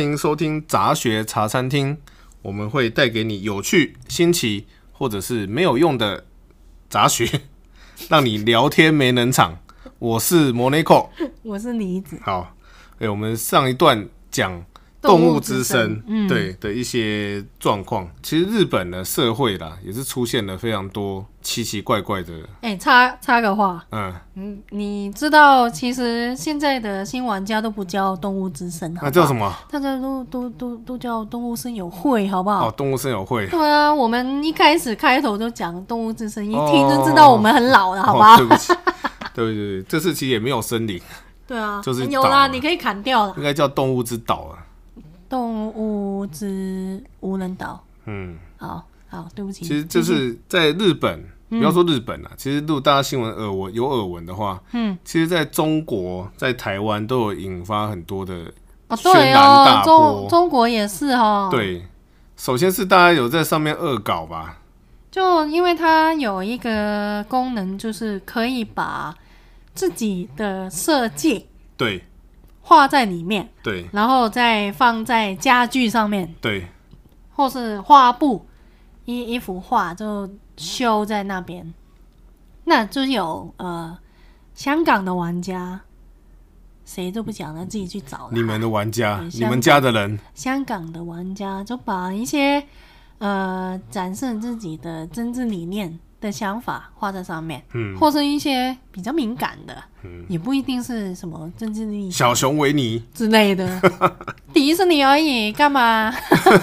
欢迎收听杂学茶餐厅，我们会带给你有趣、新奇或者是没有用的杂学，让你聊天没冷场。我是 Monaco， 我是梨子。 好，我们上一段讲动物之声对的一些状况。其实日本的社会啦，也是出现了非常多奇奇怪怪的。 插个话，你知道其实现在的新玩家都不叫动物之声， 那叫什么？ 大家都叫动物声友会，好不好？ 哦，动物声友会。 对啊，我们一开始开头就讲动物之声，一听就知道我们很老了，好不好？ 对不起，对，这次其实也没有森林。 对啊， 就是有啦，你可以砍掉了。 应该叫动物之岛啊。 动物之无人岛。好，对不起。 其实就是在日本，不要说日本啦，其实如果大家新闻有耳闻的话，其实在中国、在台湾都有引发很多的轩然大波。 中国也是哦。 对，首先是大家有在上面恶搞吧， 就因为它有一个功能，就是可以把自己的设计对画在里面， 对， 然后再放在家具上面， 对， 或是画布一幅画就修在那边。那就有香港的玩家，谁都不讲了，自己去找了。 你们的玩家，你们家的人， 香港的玩家就把一些展示自己的政治理念的想法画在上面，或是一些比较敏感的，也不一定是什么政治立场， 小熊维尼之类的，迪士尼而已，干嘛？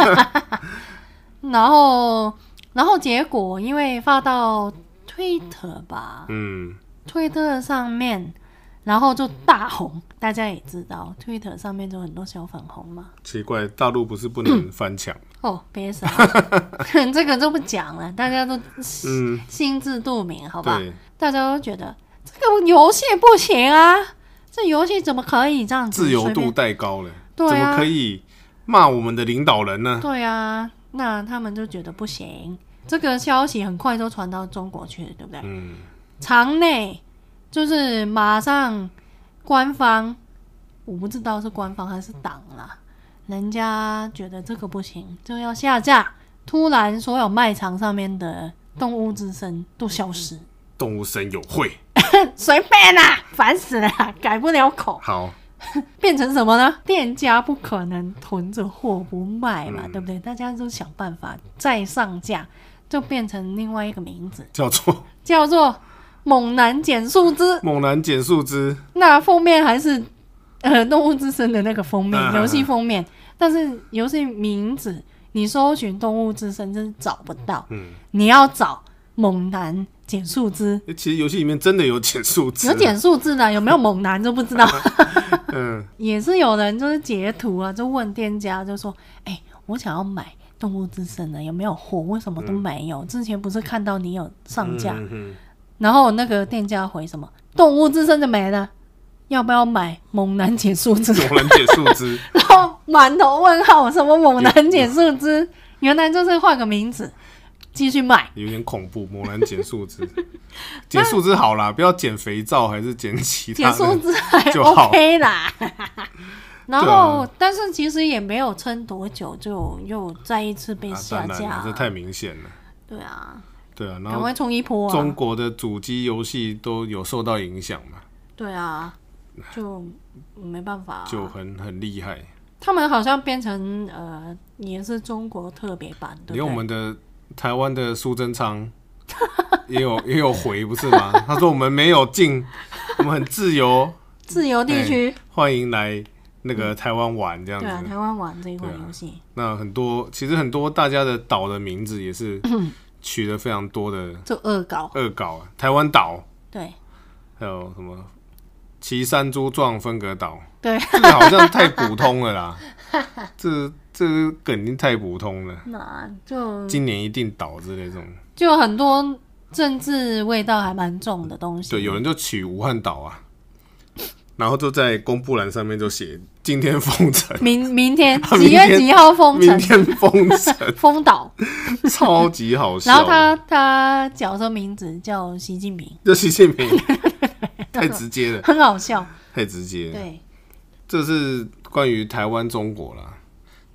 然后结果因为发到Twitter 吧，Twitter 上面，然后就大红。大家也知道 Twitter 上面就很多小粉红嘛。 奇怪，大陆不是不能翻墙？ 别傻，这个就不讲了，大家都心知肚明，好吧？大家都觉得这个游戏不行啊，这游戏怎么可以这样子？ 自由度太高了， 对啊， 怎么可以骂我们的领导人呢？ 对啊，那他们就觉得不行。这个消息很快就传到中国去了，对不对？场内就是马上官方，我不知道是官方还是党啦，人家觉得这个不行，就要下架。突然，所有卖场上面的动物之声都消失。 动物声友会， 随便啦，烦死了，改不了口。 好， 变成什么呢？店家不可能囤着货不卖嘛，对不对？大家都想办法再上架，就变成另外一个名字，叫做猛男减树枝。 猛男减树枝。 那封面还是动物之声的那个封面，游戏封面，但是游戏名字你搜寻动物之声真找不到。你要找猛男减树枝。 其实游戏里面真的有减树枝， 有减树枝的，有没有猛男就不知道。也是有人就是截图啊，就问店家，就说：“我想要买动物之声的，有没有货？为什么都没有？之前不是看到你有上架？”然后那个店家回什么：“动物之声就没了，要不要买猛男减树枝？” 猛男减树枝， 然后满头问号，什么猛男减树枝？原来就是换个名字。继续卖， 有点恐怖。猛男减树枝，减树枝好啦，不要减肥皂，还是减其他的， 减树枝还 OK 啦。然后，但是其实也没有撑多久，就又再一次被下架。 这太明显了。 对啊， 然后赶快冲一波啊！ 中国的主机游戏都有受到影响嘛？ 对啊，就没办法就很厉害。 他们好像变成也是中国特别版，对不对？ 连我们的台湾的苏贞昌也有回不是吗？他说我们没有进，我们很自由地区， 欢迎来那个台湾玩这样子。 对啊，台湾玩这一款游戏。 那其实很多大家的岛的名字也是取了非常多的， 就恶搞啊，台湾岛， 对， 还有什么骑山猪撞分隔岛， 对， 这个好像太普通了啦。这个梗已经太普通了， 那就今年一定倒之类这种， 就很多政治味道还蛮重的东西。 对，有人就取武汉岛啊，然后就在公布栏上面就写今天封城， 明天几月几号封城， 明天封城， 封岛， 超级好笑。 然后他角色名字叫习近平， 就习近平，太直接了， 很好笑， 太直接了。 对， 这是关于台湾、中国啦。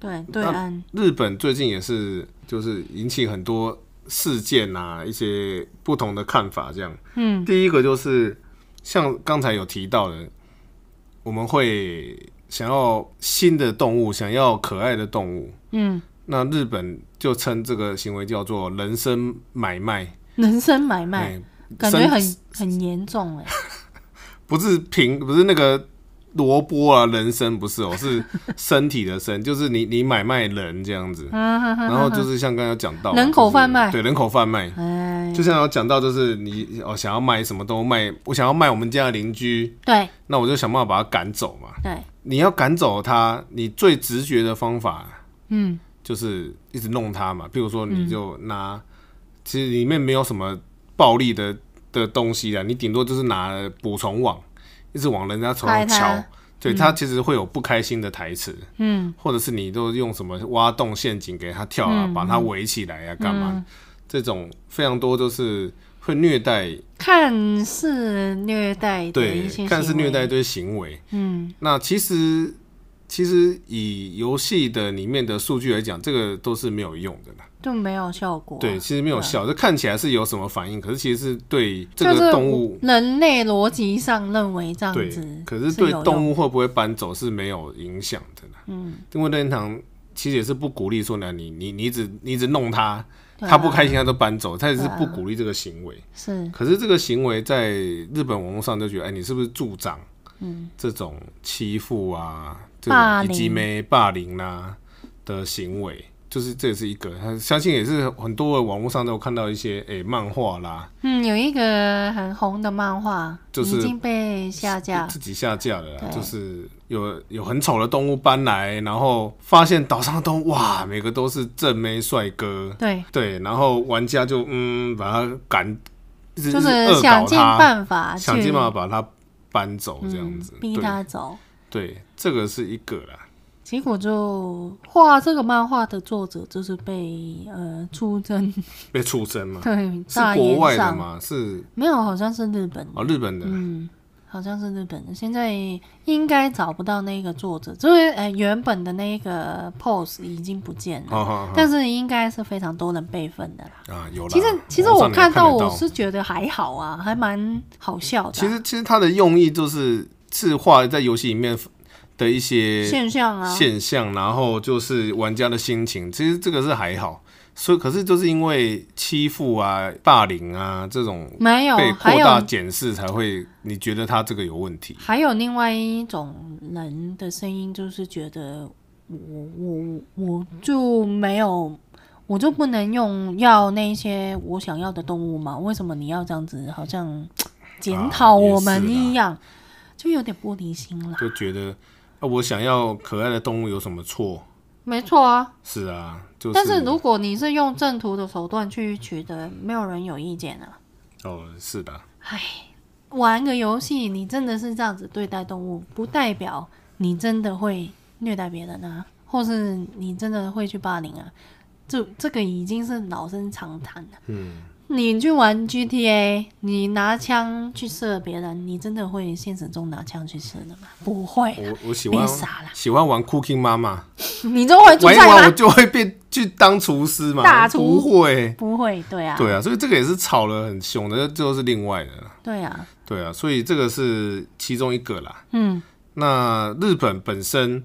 对对岸。 日本最近也是就是引起很多事件啊，一些不同的看法这样。第一个就是像刚才有提到的，我们会想要新的动物，想要可爱的动物。那日本就称这个行为叫做人身买卖。人身买卖，感觉很严重哎。不是那个萝卜啊，人参不是哦，是身体的身，就是你买卖人这样子。然后就是像刚刚有讲到人口贩卖，对，人口贩卖。就像有讲到，就是你想要卖什么都卖，我想要卖我们家的邻居，对，那我就想办法把他赶走嘛。对，你要赶走他，你最直觉的方法，就是一直弄他嘛。比如说，你就拿，其实里面没有什么暴力的东西啦，你顶多就是拿捕虫网，一直往人家头上敲。对，他其实会有不开心的台词，或者是你都用什么挖洞陷阱给他跳啊，把他围起来啊，干嘛？这种非常多都是会虐待，看似虐待的一些行为，对，看似虐待的行为。那其实以游戏的里面的数据来讲，这个都是没有用的啦，就没有效果。对，其实没有效，就看起来是有什么反应，可是其实是对这个动物，人类逻辑上认为这样子，可是对动物会不会搬走是没有影响的啦。因为任天堂其实也是不鼓励说呢，你一直弄它。他不开心，他都搬走，他也是不鼓励这个行为。是，可是这个行为在日本网络上就觉得，你是不是助长这种欺负啊、这种以及霸凌啊的行为？就是这也是一个，相信也是很多的网络上都有看到一些漫画啦。有一个很红的漫画，就是已经被下架，自己下架了啦。就是有很丑的动物搬来，然后发现岛上的动物哇，每个都是正妹帅哥。对，然后玩家就把他赶，就是想尽办法把他搬走，这样子逼他走。对，这个是一个啦。结果就画这个漫画的作者就是被出征嘛？对，是国外的吗？是没有，好像是日本的。哦，日本的，好像是日本的。现在应该找不到那个作者，就是原本的那个 pose 已经不见了，但是应该是非常多人备份的啦。啊，有啦。其实我看到我是觉得还好啊，还蛮好笑的。其实它的用意就是画在游戏里面的一些现象，然后就是玩家的心情，其实这个是还好，所以可是就是因为欺负啊、霸凌啊这种没有被扩大检视，才会你觉得他这个有问题。还有另外一种人的声音，就是觉得我就没有，我就不能要那些我想要的动物吗？为什么你要这样子，好像检讨我们一样，就有点玻璃心了，就觉得。我想要可爱的动物有什么错？没错啊，是啊，但是如果你是用正途的手段去取得，没有人有意见啊。哦，是的。唉，玩个游戏，你真的是这样子对待动物，不代表你真的会虐待别人啊，或是你真的会去霸凌啊，这个已经是老生常谈了。你去玩 GTA， 你拿枪去射别人，你真的会现实中拿枪去射的吗？不会。我喜欢玩 Cooking 妈妈。你就会煮菜吗？玩一玩我就会去当厨师吗？大厨不会，对啊，所以这个也是吵得很凶的，这就是另外的。对啊，所以这个是其中一个啦。那日本本身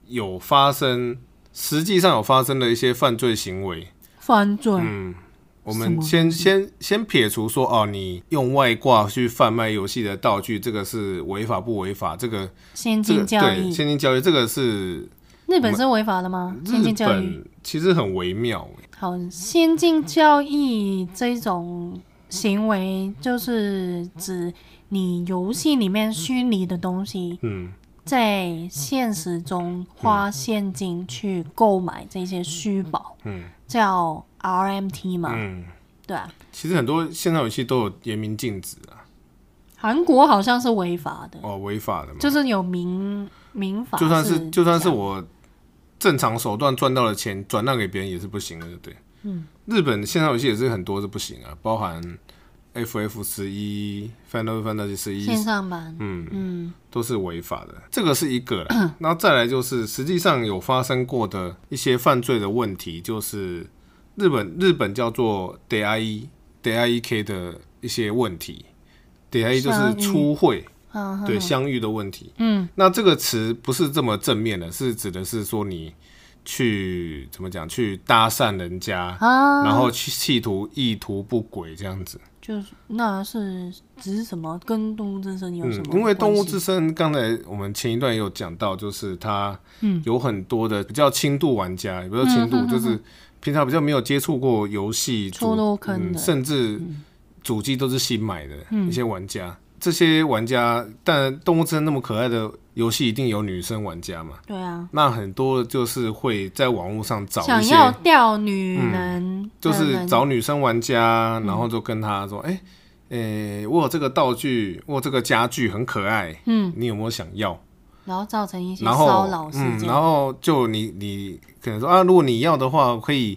实际上有发生的一些犯罪行为。我们先撇除说你用外挂去贩卖游戏的道具，这个是违法不违法？这个先进交易，对，先进交易这个是日本是违法的吗？先进交易其实很微妙。好，先进交易这种行为就是指你游戏里面虚拟的东西，在现实中花现金去购买这些虚宝，叫RMT 嘛，对啊。其实很多线上游戏都有严明禁止啊。韩国好像是违法的。哦，违法的嘛，就是有民法。就算是我正常手段赚到的钱转让给别人也是不行的，对。日本线上游戏也是很多是不行啊，包含 Final Fantasy 11 线上版， 都是违法的，这个是一个啦。然后再来就是实际上有发生过的一些犯罪的问题，就是日本叫做 DIEK 的一些问题。DIE 就是出会，对，相遇的问题。那这个词不是这么正面的，是指的是说你去怎么讲，去搭讪人家，然后去意图不轨这样子。 就是那是指什么？跟动物之声有什么关系？ 因为动物之声刚才我们前一段也有讲到，就是它有很多的比较轻度玩家，也不是轻度，就是平常比较没有接触过游戏， 初入坑的， 甚至主机都是新买的一些玩家。这些玩家，但动物之声那么可爱的游戏，一定有女生玩家嘛？ 对啊。 那很多就是会在网络上找一些想要钓女人， 就是找女生玩家，然后就跟他说：“我有这个道具，我有这个家具很可爱，你有没有想要？” 然后造成一些骚扰事件。 然后就你可能说啊，如果你要的话，可以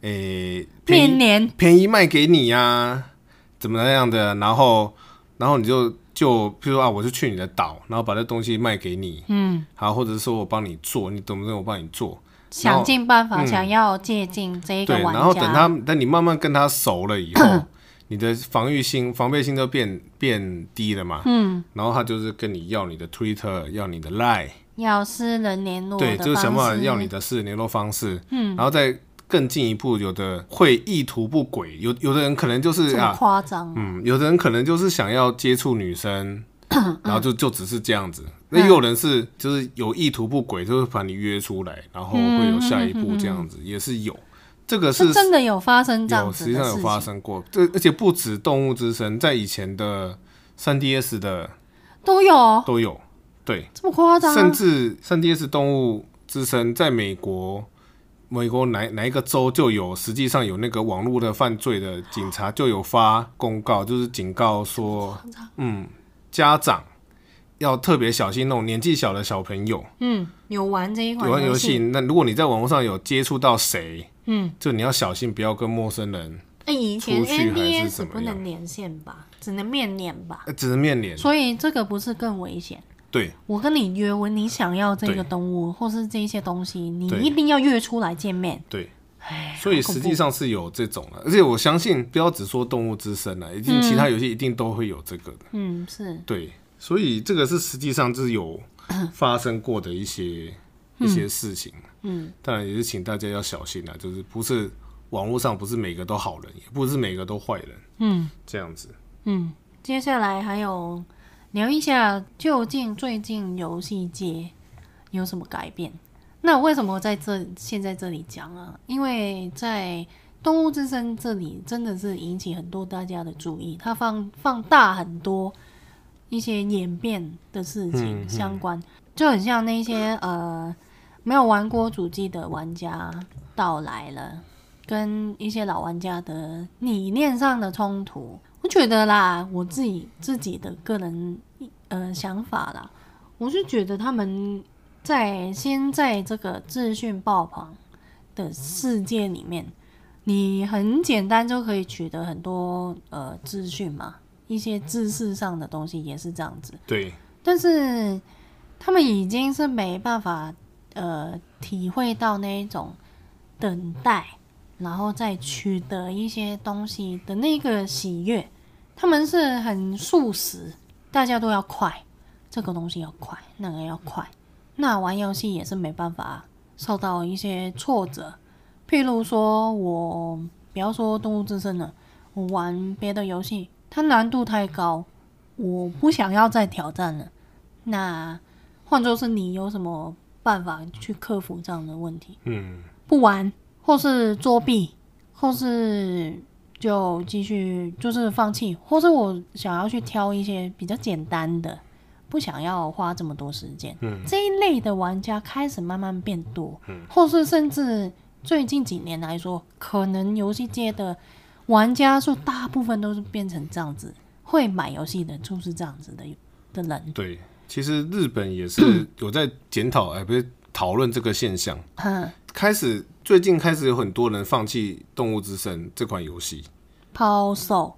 便宜卖给你呀，怎么样的？然后你就譬如说啊，我就去你的岛，然后把这东西卖给你，好，或者是说我帮你做，你懂不懂？我帮你做， 想尽办法想要接近这一个玩家， 然后等你慢慢跟他熟了以后，你的防备心都变低了嘛，然后他就是跟你要你的 Twitter， 要你的 Line， 要私人联络的方式， 对，就是想办法要你的私人联络方式，然后再更进一步，有的会意图不轨，有的人可能就是夸张， 有的人可能就是想要接触女生，然后就只是这样子。那也有人是就是有意图不轨，就是把你约出来，然后会有下一步这样子，也是有。这个是真的有发生这样子的事情， 实际上有发生过。而且不止动物之声，在以前的 3DS 的都有， 对， 这么夸张， 甚至 3DS 动物之声在美国哪一个州就有，实际上有那个网络的犯罪的警察就有发公告，就是警告说，家长要特别小心那种年纪小的小朋友， 有玩这一款游戏，那如果你在网络上有接触到谁，就你要小心，不要跟陌生人以前出去还是 NDS 怎么样， 不能连线吧，只能面连吧， 只能面连， 所以这个不是更危险？ 对， 我跟你约，你想要这个动物或是这些东西，你一定要约出来见面。 对，所以实际上是有这种的，而且我相信不要只说动物之声了，一定其他游戏一定都会有这个的。 是， 对，所以这个是实际上是有发生过的一些事情。当然也是请大家要小心啦，就是不是网络上不是每个都好人，也不是每个都坏人。这样子。 接下来还有聊一下，究竟最近游戏界有什么改变？那为什么现在这里讲啊？因为在动物之声这里真的是引起很多大家的注意，它放大很多一些演变的事情相关，就很像那些没有玩过主机的玩家到来了，跟一些老玩家的理念上的冲突。我觉得啦，我自己的个人想法啦，我是觉得他们先在这个资讯爆棚的世界里面，你很简单就可以取得很多资讯嘛，一些知识上的东西也是这样子。 对， 但是他们已经是没办法体会到那一种等待，然后再取得一些东西的那个喜悦。他们是很速食，大家都要快，这个东西要快，那个要快。那玩游戏也是没办法受到一些挫折，譬如说我不要说动物之声了，我玩别的游戏，它难度太高，我不想要再挑战了。那换作是你有什么办法去克服这样的问题？不玩，或是作弊，或是就继续就是放弃，或是我想要去挑一些比较简单的，不想要花这么多时间。这一类的玩家开始慢慢变多，或是甚至最近几年来说，可能游戏界的玩家数大部分都是变成这样子，会买游戏的就是这样子的人。 对，其实日本也是有在检讨，不是讨论这个现象。最近开始有很多人放弃《动物之声》这款游戏， 抛售。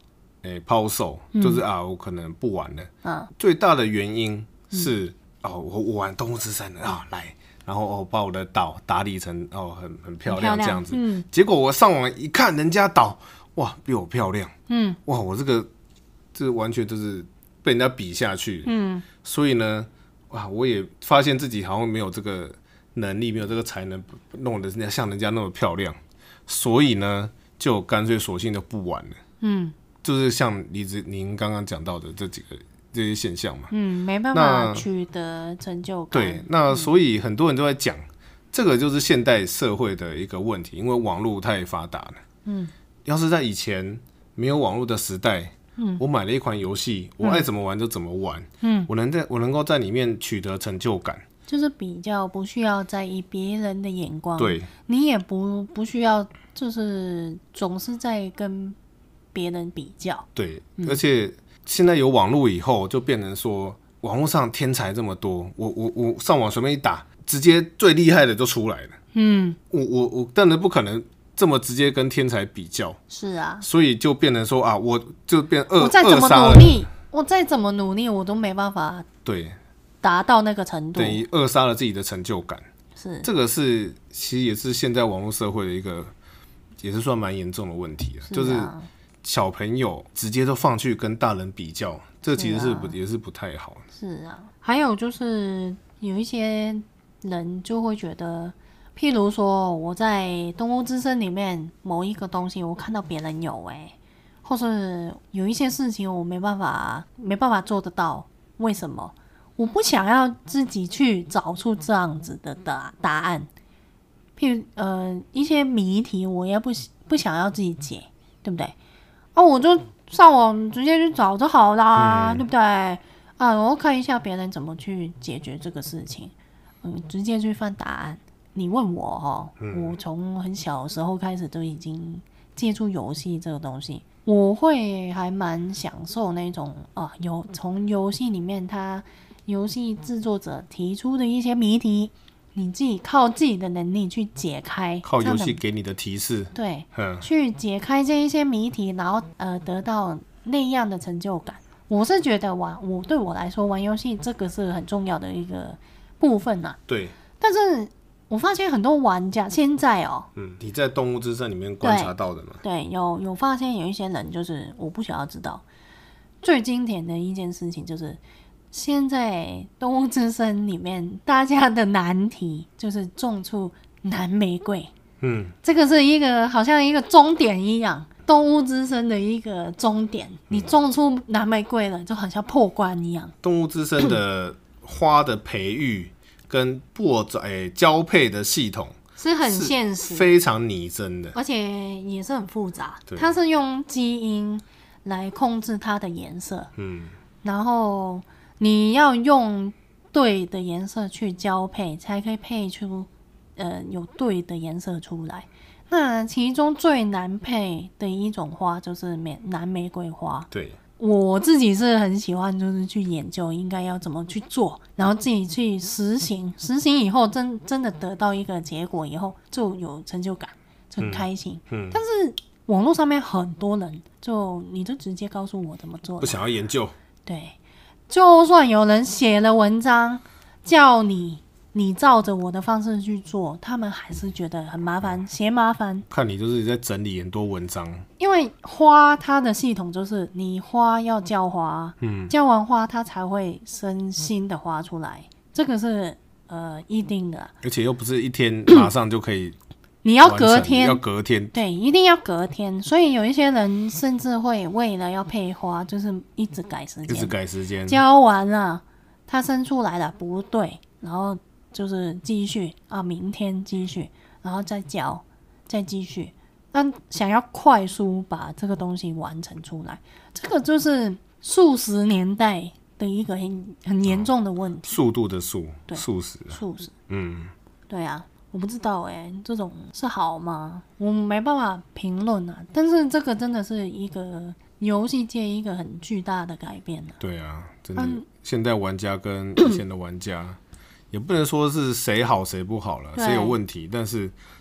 抛售，就是我可能不玩了。最大的原因是我玩动物之森了来，然后把我的岛打理成很漂亮这样子。结果我上网一看，人家岛哇比我漂亮，哇我这完全就是被人家比下去。所以呢，我也发现自己好像没有这个能力，没有这个才能弄得像人家那么漂亮，所以呢，就干脆索性就不玩了。就是像您刚刚讲到的这些现象嘛。 没办法取得成就感。 对，那所以很多人都在讲，这个就是现代社会的一个问题，因为网络太发达了。要是在以前没有网络的时代，我买了一款游戏，我爱怎么玩就怎么玩。我能够在里面取得成就感， 就是比较不需要在意别人的眼光。 对， 你也不需要就是总是在跟别人比较。 对，而且现在有网络以后，就变成说网络上天才这么多，我上网随便一打，直接最厉害的就出来了。我当然不可能这么直接跟天才比较。 是啊， 所以就变成说我就变我再怎么努力，我再怎么努力，我都没办法达到那个程度， 等于扼杀了自己的成就感。 是这个其实也是现在网络社会的一个，也是算蛮严重的问题就是小朋友直接都放去跟大人比较，这其实也是不太好。 是啊，还有就是有一些人就会觉得，譬如说我在《动物之森》里面某一个东西，我看到别人有或是有一些事情我没办法做得到，为什么？我不想要自己去找出这样子的答案。譬如一些谜题，我也不想要自己解，对不对？我就上网直接去找就好啦，对不对？我看一下别人怎么去解决这个事情，直接去翻答案。你问我我从很小的时候开始都已经接触游戏这个东西，我会还蛮享受那种从游戏里面游戏制作者提出的一些谜题，你自己靠自己的能力去解开， 靠游戏给你的提示， 对，去解开这一些谜题，然后得到那样的成就感。我是觉得对我来说玩游戏这个是很重要的一个部分啊。 对， 但是我发现很多玩家现在你在动物之森里面观察到的嘛？ 对，有发现有一些人就是我不想要知道。最经典的一件事情就是现在动物之森里面大家的难题就是种出蓝玫瑰。这个是好像一个终点一样，动物之森的一个终点，你种出蓝玫瑰了就好像破关一样。 动物之森的花的培育跟交配的系统是很现实， 非常拟真的， 而且也是很复杂。它是用基因来控制它的颜色，然后你要用对的颜色去交配，才可以配出有对的颜色出来。那其中最难配的一种花就是蓝玫瑰花。 对， 我自己是很喜欢，就是去研究应该要怎么去做，然后自己去实行以后真的得到一个结果以后，就有成就感，就很开心。但是网络上面很多人你就直接告诉我怎么做， 不想要研究。 对，就算有人写了文章叫你照着我的方式去做，他们还是觉得很麻烦，嫌麻烦。 看你就是在整理很多文章， 因为花它的系统就是你花要浇花，浇完花它才会生新的花出来，这个是一定的， 而且又不是一天马上就可以你要隔天， 对， 一定要隔天。所以有一些人甚至会为了要配花，就是一直改时间，浇完了它生出来了不对，然后就是继续明天继续，然后再浇，再继续。那想要快速把这个东西完成出来，这个就是数十年代的一个很严重的问题。 速度的速，速食， 对啊。我不知道这种是好吗？我没办法评论啊。但是这个真的是一个游戏界一个很巨大的改变对啊，真的，现在玩家跟以前的玩家也不能说是谁好谁不好了，谁有问题，但是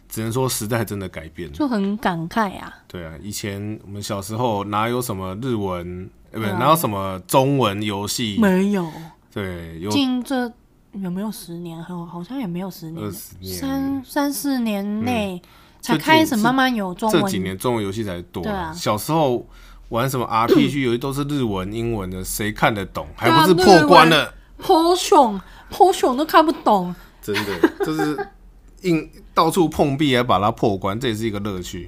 只能说时代真的改变了， 就很感慨啊。 对啊，以前我们小时候哪有什么日文，哪有什么中文游戏？ 没有。 对， 近这有没有10年？好像也没有10年 ，20年 ，3-4年内才开始慢慢有中文。 这几年中文游戏才多。 对啊， 小时候玩什么 RPG 游戏都是日文、英文的，谁看得懂？还不是破关了 ？Potion 都看不懂， 真的就是到处碰壁来把它破关，这也是一个乐趣。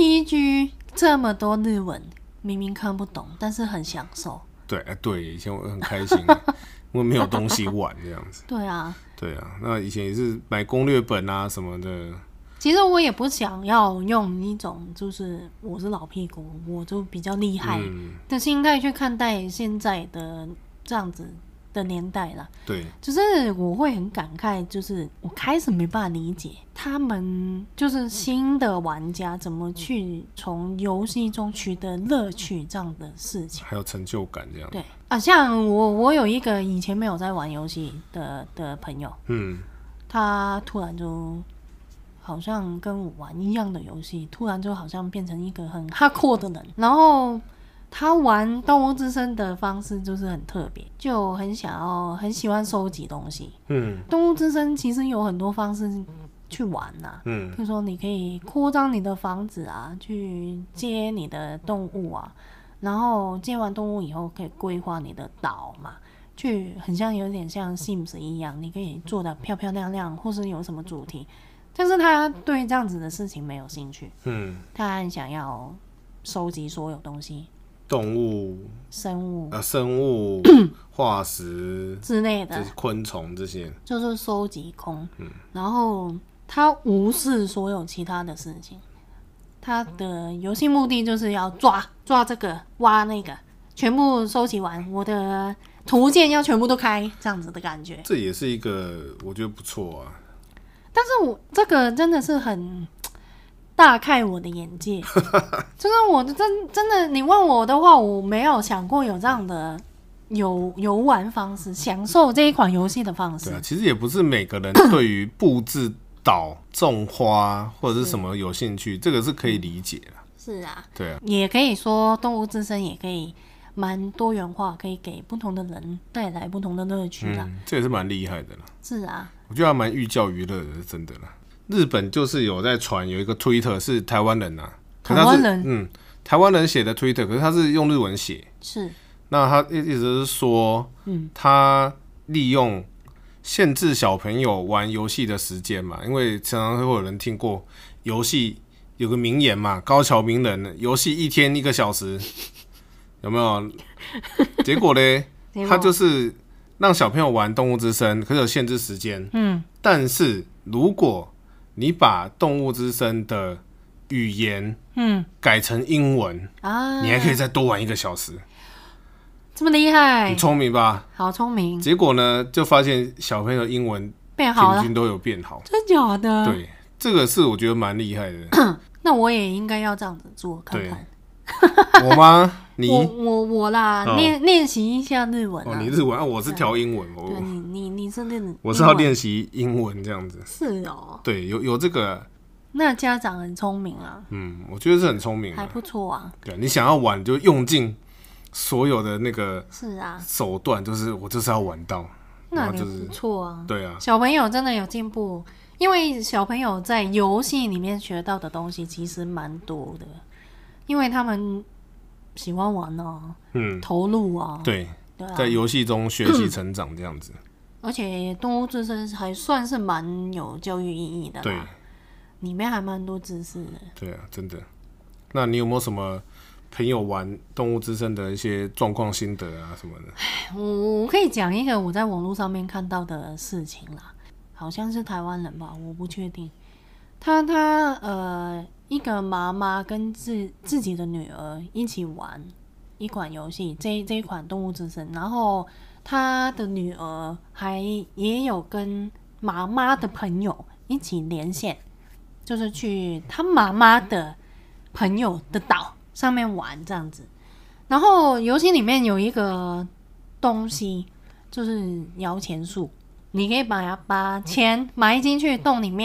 RPG 这么多日文，明明看不懂，但是很享受。 对，以前我很开心，因为没有东西玩这样子。 对啊， 那以前也是买攻略本啊什么的。 其实我也不想要用一种就是我是老屁股，我就比较厉害的心态去看待现在的这样子的年代啦。 对， 就是我会很感慨，就是我开始没办法理解他们就是新的玩家怎么去从游戏中取得乐趣这样的事情， 还有成就感这样。 对啊，像我有一个以前没有在玩游戏的朋友，他突然就好像跟我玩一样的游戏，突然就好像变成一个很hardcore的人，然后他玩动物之声的方式就是很特别，就很喜欢收集东西。动物之声其实有很多方式去玩啊，比如说你可以扩张你的房子啊，去接你的动物啊，然后接完动物以后可以规划你的岛嘛，去很像有点像 Sims 一样，你可以做的漂漂亮亮，或是有什么主题。但是他对这样子的事情没有兴趣，他很想要收集所有东西， 动物、 生物、化石之类的， 昆虫这些， 就是收集空。然后他无视所有其他的事情，他的游戏目的就是要抓这个，挖那个，全部收集完，我的图鉴要全部都开，这样子的感觉。 这也是一个我觉得不错啊。 但是我这个真的是很大开我的眼界，就是我真的，你问我的话，我没有想过有这样的游玩方式，享受这一款游戏的方式。 对啊，其实也不是每个人对于布置岛、种花或者是什么有兴趣，这个是可以理解的。 是啊， 对啊， 也可以说动物之声也可以蛮多元化，可以给不同的人带来不同的乐趣啦。 这也是蛮厉害的啦。 是啊，我觉得还蛮寓教于乐的，真的啦。日本就是有在传有一个 Twitter 是台湾人啊， 台湾人， 台湾人写的 Twitter， 可是他是用日文写， 是。 那他一直是说，他利用限制小朋友玩游戏的时间嘛，因为常常会有人听过游戏有个名言嘛，高桥名人，游戏1天1个小时，有没有？结果呢，他就是让小朋友玩动物之声，可是有限制时间，但是如果你把动物之声的语言改成英文你还可以再多玩1个小时。 这么厉害， 很聪明吧？ 好聪明。 结果呢，就发现小朋友英文变好了， 平均都有变好。 真假的？ 对，这个是我觉得蛮厉害的。 那我也应该要这样子做看看。 我吗？你我啦，练习一下日文。 你日文我是调英文。 对，你是练， 我是要练习英文这样子。 是哦。 对，有这个。 那家长很聪明啊。 我觉得是很聪明， 还不错啊。 对，你想要玩就用尽所有的那个手段，就是我就是要玩到。 那你不错啊。 对啊， 小朋友真的有进步，因为小朋友在游戏里面学到的东西其实蛮多的，因为他们喜欢玩啊，投入啊， 对啊，在游戏中学习成长这样子。 而且动物之声还算是蛮有教育意义的啦，对，里面还蛮多知识的。 对啊，真的。那你有没有什么朋友玩动物之声的一些状况心得啊什么的？ 我可以讲一个我在网络上面看到的事情啦，好像是台湾人吧，我不确定。他一个妈妈跟自己的女儿一起玩一款游戏，这一款动物之声，然后他的女儿也有跟妈妈的朋友一起连线，就是去他妈妈的朋友的岛上面玩这样子。然后游戏里面有一个东西就是摇钱树，你可以把钱埋进去洞里面，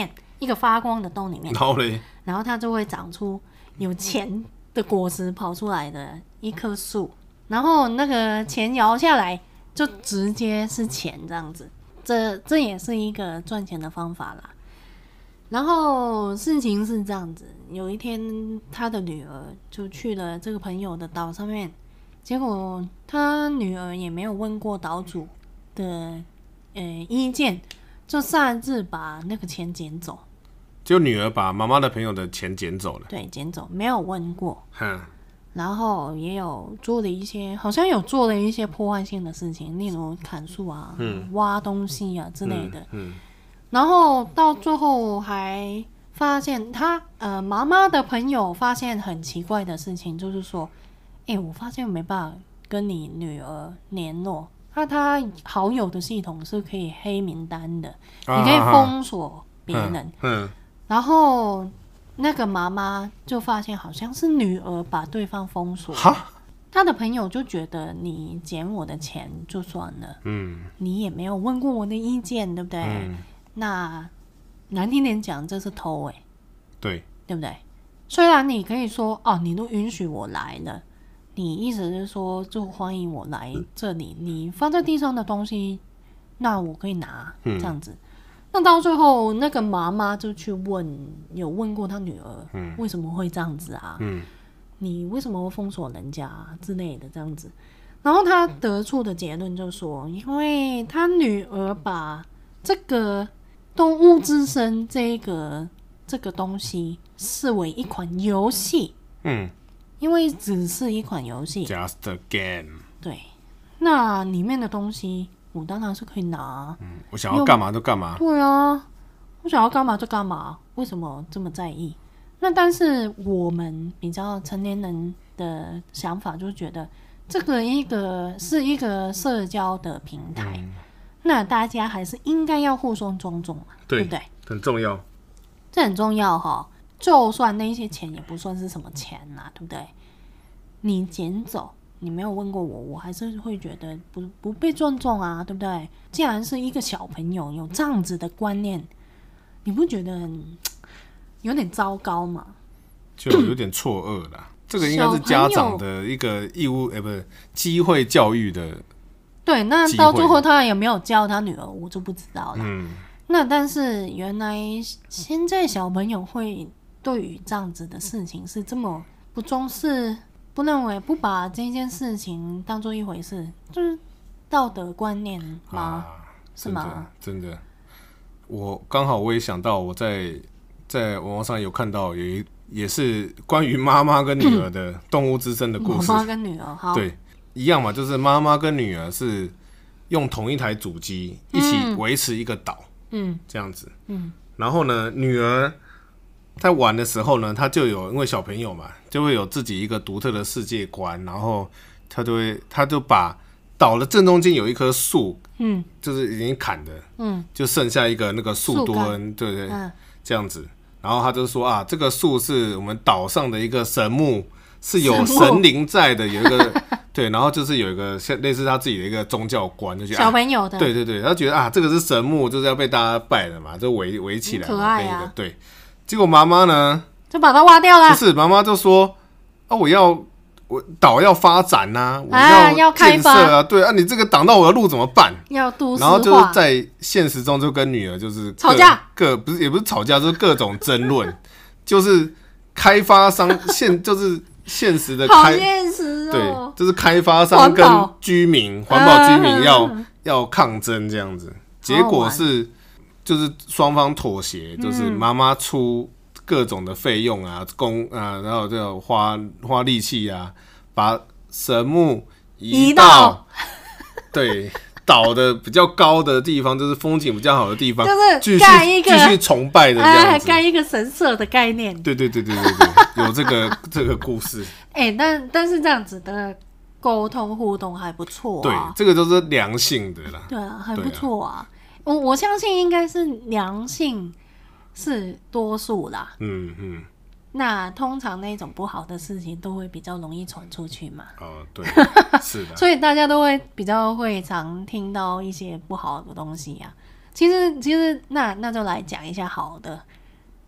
一个发光的洞里面， 然后嘞， 然后它就会长出有钱的果实跑出来的一棵树，然后那个钱摇下来就直接是钱这样子，这也是一个赚钱的方法啦。然后事情是这样子，有一天他的女儿就去了这个朋友的岛上面，结果他女儿也没有问过岛主的意见，就擅自把那个钱捡走。 就女儿把妈妈的朋友的钱捡走了， 对，捡走，没有问过。 哼， 然后也有做了一些，好像有做了一些破坏性的事情，例如砍树啊、挖东西啊之类的。然后到最后还发现他妈妈的朋友发现很奇怪的事情，就是说，我发现没办法跟你女儿联络，他好友的系统是可以黑名单的，你可以封锁别人。然后那个妈妈就发现好像是女儿把对方封锁，他的朋友就觉得你捡我的钱就算了，你也没有问过我的意见，对不对？那难听点讲，这是偷对不对？虽然你可以说你都允许我来了，你意思是说就欢迎我来这里，你放在地上的东西，那我可以拿，这样子。那到最后，那个妈妈就去有问过她女儿，为什么会这样子啊？你为什么会封锁人家之类的这样子？然后她得出的结论就说，因为她女儿把这个动物之声这个东西视为一款游戏，因为只是一款游戏 ，just a game。 对，那里面的东西我当然是可以拿， 我想要干嘛就干嘛。 对啊，我想要干嘛就干嘛，为什么这么在意？那但是我们比较成年人的想法就觉得，这个是一个社交的平台。那大家还是应该要互相尊重嘛，对不对？ 很重要， 这很重要哈。就算那些钱也不算是什么钱啦，对不对？你捡走，你没有问过我，我还是会觉得不被尊重啊，对不对？既然是一个小朋友有这样子的观念，你不觉得有点糟糕吗？ 就有点错愕啦。这个应该是家长的一个义务，不是机会教育的。 对，那到最后他有没有教他女儿，我就不知道了。那但是原来现在小朋友会对于这样子的事情是这么不重视，不认为，不把这件事情当做一回事，就是道德观念吗？是吗？ 真的，我刚好我也想到，我在网络上有看到也是关于妈妈跟女儿的动物之声的故事。 妈妈跟女儿，好， 对。一样嘛，就是妈妈跟女儿是用同一台主机一起维持一个岛，这样子，然后呢，女儿在玩的时候呢，她就有因为小朋友嘛，就会有自己一个独特的世界观，然后她就把岛的正中间有一棵树，就是已经砍的，就剩下一个那个树墩，对对，这样子，然后她就说这个树是我们岛上的一个神木。是有神灵在的，有一个对，然后就是有一个类似他自己的一个宗教观，就觉得小朋友的， 对对对，他觉得这个是神木，就是要被大家拜的嘛，就围起来， 可爱啊， 对。结果妈妈呢， 就把它挖掉了。 不是，妈妈就说我岛要发展呐，我要建设啊，对啊，你这个挡到我的路怎么办？ 要都市化。 然后就是在现实中就跟女儿就是吵架， 也不是吵架，就是各种争论，就是开发商就是现实的好现实对，就是开发商跟环保居民要抗争这样子，结果是就是双方妥协，就是妈妈出各种的费用啊，然后就花力气啊，把神木移到对岛的比较高的地方，就是风景比较好的地方， 就是盖一个继续崇拜的这样子， 还盖一个神社的概念。 对，有这个故事。 但是这样子的沟通互动还不错啊。 对，这个都是良性的啦。 对啊，还不错啊。我相信应该是良性是多数啦。那通常那种不好的事情都会比较容易传出去嘛。 对，是的。 所以大家都会比较会常听到一些不好的东西啊。其实那就来讲一下好的。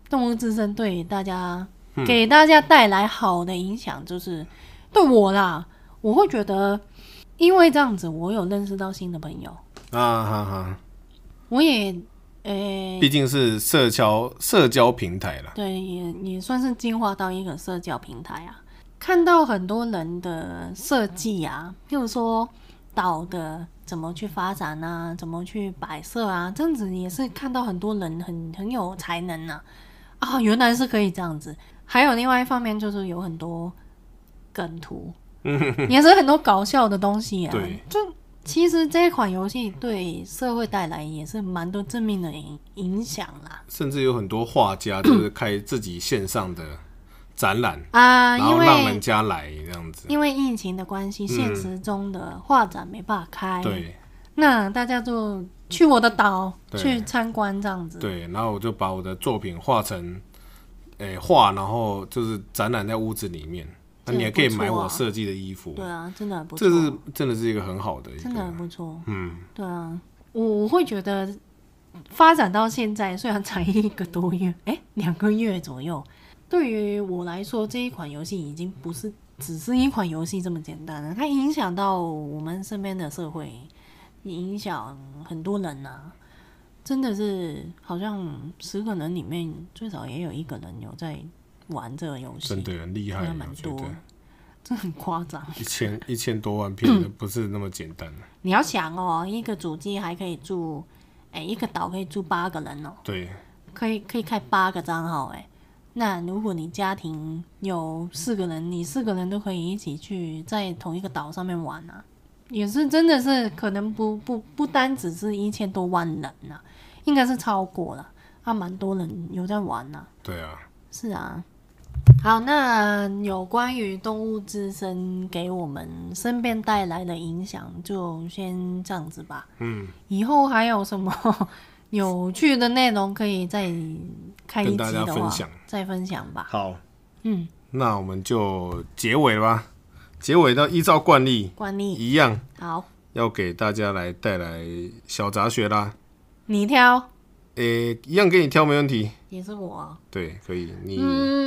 动物之声对大家、给大家带来好的影响，就是对我啦，我会觉得，因为这样子，我有认识到新的朋友啊哈哈， 我也毕竟是社交平台啦， 对，也算是进化到一个社交平台啊。看到很多人的设计啊，譬如说岛的怎么去发展啊，怎么去摆设啊，这样子也是看到很多人很有才能啊，原来是可以这样子。还有另外一方面就是有很多梗图，也是很多搞笑的东西啊。 对， 就其实这一款游戏对社会带来也是蛮多正面的影响啦。 甚至有很多画家就是开自己线上的展览啊， 然后让人家来这样子。 因为疫情的关系，现实中的画展没办法开， 对， 那大家就去我的岛去参观这样子。 对，然后我就把我的作品画成画，然后就是展览在屋子里面。那你也可以买我设计的衣服。 对啊，真的很不错。 这是真的是一个很好的一个， 真的很不错。对啊，我会觉得发展到现在，虽然才1个多月，2个月左右，对于我来说，这一款游戏已经不是只是一款游戏这么简单了，它影响到我们身边的社会，影响很多人啊。真的是好像10个人里面最少也有1个人有在玩这个游戏， 真的很厉害， 真的蛮多，真的很夸张。 1000多万片的不是那么简单。 你要想哦，一个主机还可以住，一个岛可以住8个人哦。 对， 可以开8个账号那如果你家庭有4个人，你4个人都可以一起去在同一个岛上面玩啊，也是真的是可能不单只是1000多万人啊，应该是超过了啊，蛮多人有在玩啊。 对啊， 是啊。好，那有关于动物之声给我们身边带来的影响，就先这样子吧。以后还有什么有趣的内容可以再开一集的话， 跟大家分享， 再分享吧。 好，那我们就结尾吧。结尾要依照惯例一样， 好， 要给大家来带来小杂学啦。 你挑， 一样给你挑，没问题。 也是我， 对，可以。你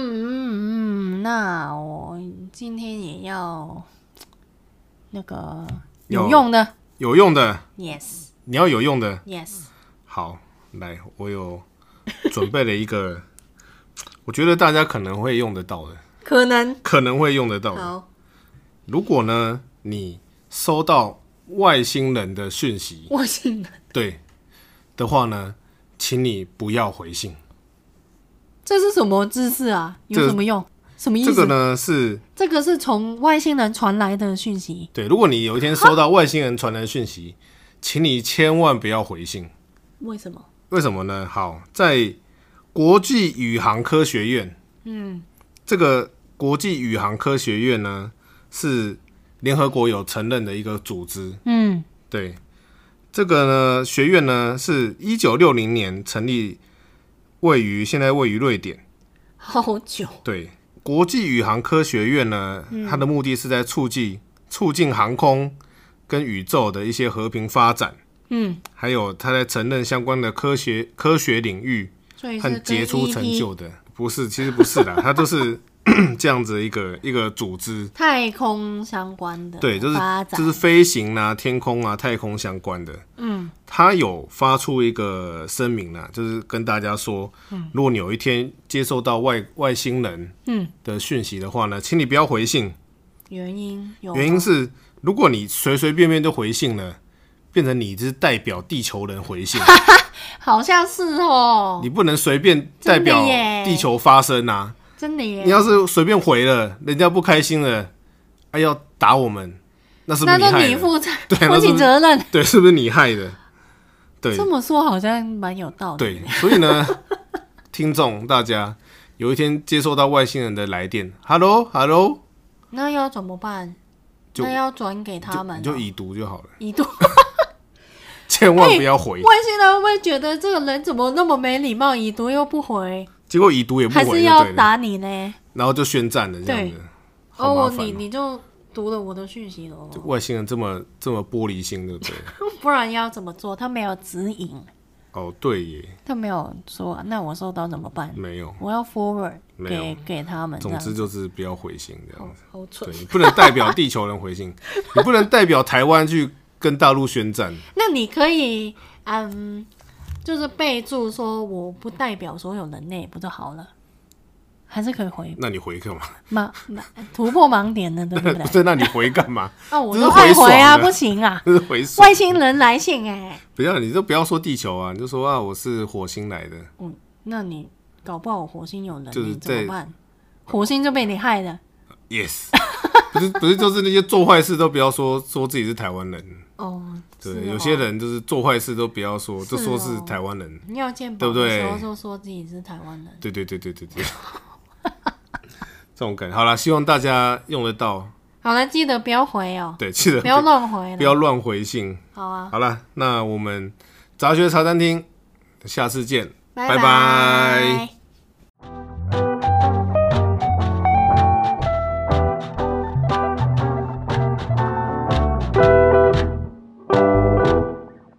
那我今天也要那个有用的，yes， 你要有用的 ，yes。 好，来，我有准备了一个，我觉得大家可能会用得到的，可能会用得到的。 好， 如果呢，你收到外星人的讯息，对的话呢，请你不要回信。 这是什么知识啊？有什么用？什么意思？ 这个是从外星人传来的讯息。 对，如果你有一天收到外星人传来的讯息，请你千万不要回信。 为什么？ 为什么呢？好，在国际宇航科学院，这个国际宇航科学院呢，是联合国有承认的一个组织。对，这个呢学院呢是1960年成立，现在位于瑞典。 好久。 对，国际宇航科学院呢，它的目的是在促进航空跟宇宙的一些和平发展。还有他在承认相关的科学领域和杰出成就的，其实不是啦，它都是这样子的一个组织， 太空相关的， 对，就是飞行啊、天空啊、太空相关的。他有发出一个声明啦，就是跟大家说，如果你有一天接受到外星人的讯息的话呢，请你不要回信。 原因是，如果你随随便便就回信了，变成你是代表地球人回信， 好像是哦。 你不能随便代表地球发声啊！ 真的耶！ 你要是随便回了，人家不开心了，要打我们，那是不是你害的？ 那就你负起责任。 对，是不是你害的？对， 这么说好像蛮有道理。 对，所以呢，听众大家有一天接收到外星人的来电 ，Hello， 那要怎么办？那要转给他们， 你就已读就好了。 已读。 千万不要回。 外星人会不会觉得这个人怎么那么没礼貌，已读又不回？ 结果已读也不回， 还是要打你呢？ 然后就宣战了，这样子。 你就读了我的讯息了。 外星人这么玻璃心，对不对？ 不然要怎么做？他没有指引。 哦，对耶， 他没有说、啊，那我收到怎么办？ 没有， 我要 forward 没有给他们这总样子。 之就是不要回信这样子。 好蠢对，。你不能代表地球人回信，你不能代表台湾去跟大陆宣战。 那你可以就是备注说我不代表所有人类，不就好了？还是可以回那你回干嘛？ 突破盲点的，对不对？ 不是，那你回干嘛？ 啊，我这是都爱回啊， 回爽的不行啊！ 这是回爽。 外星人来信哎、 不要，你就不要说地球啊，你就说啊，我是火星来的。 那你搞不好火星有人， 就是你怎么办？火星就被你害了。 Yes，不是，就是那些做坏事都不要说自己是台湾人。 哦， 对， 是哦有些人就是做坏事都不要说，就说是台湾人。 你要健对不对保的时候就说自己是台湾人。 对。这种感觉，好啦，希望大家用得到。 好了，记得不要回哦， 对，记得不要乱回了。 不要乱回信。 好啊， 好了，那我们杂学茶餐厅下次见，拜拜拜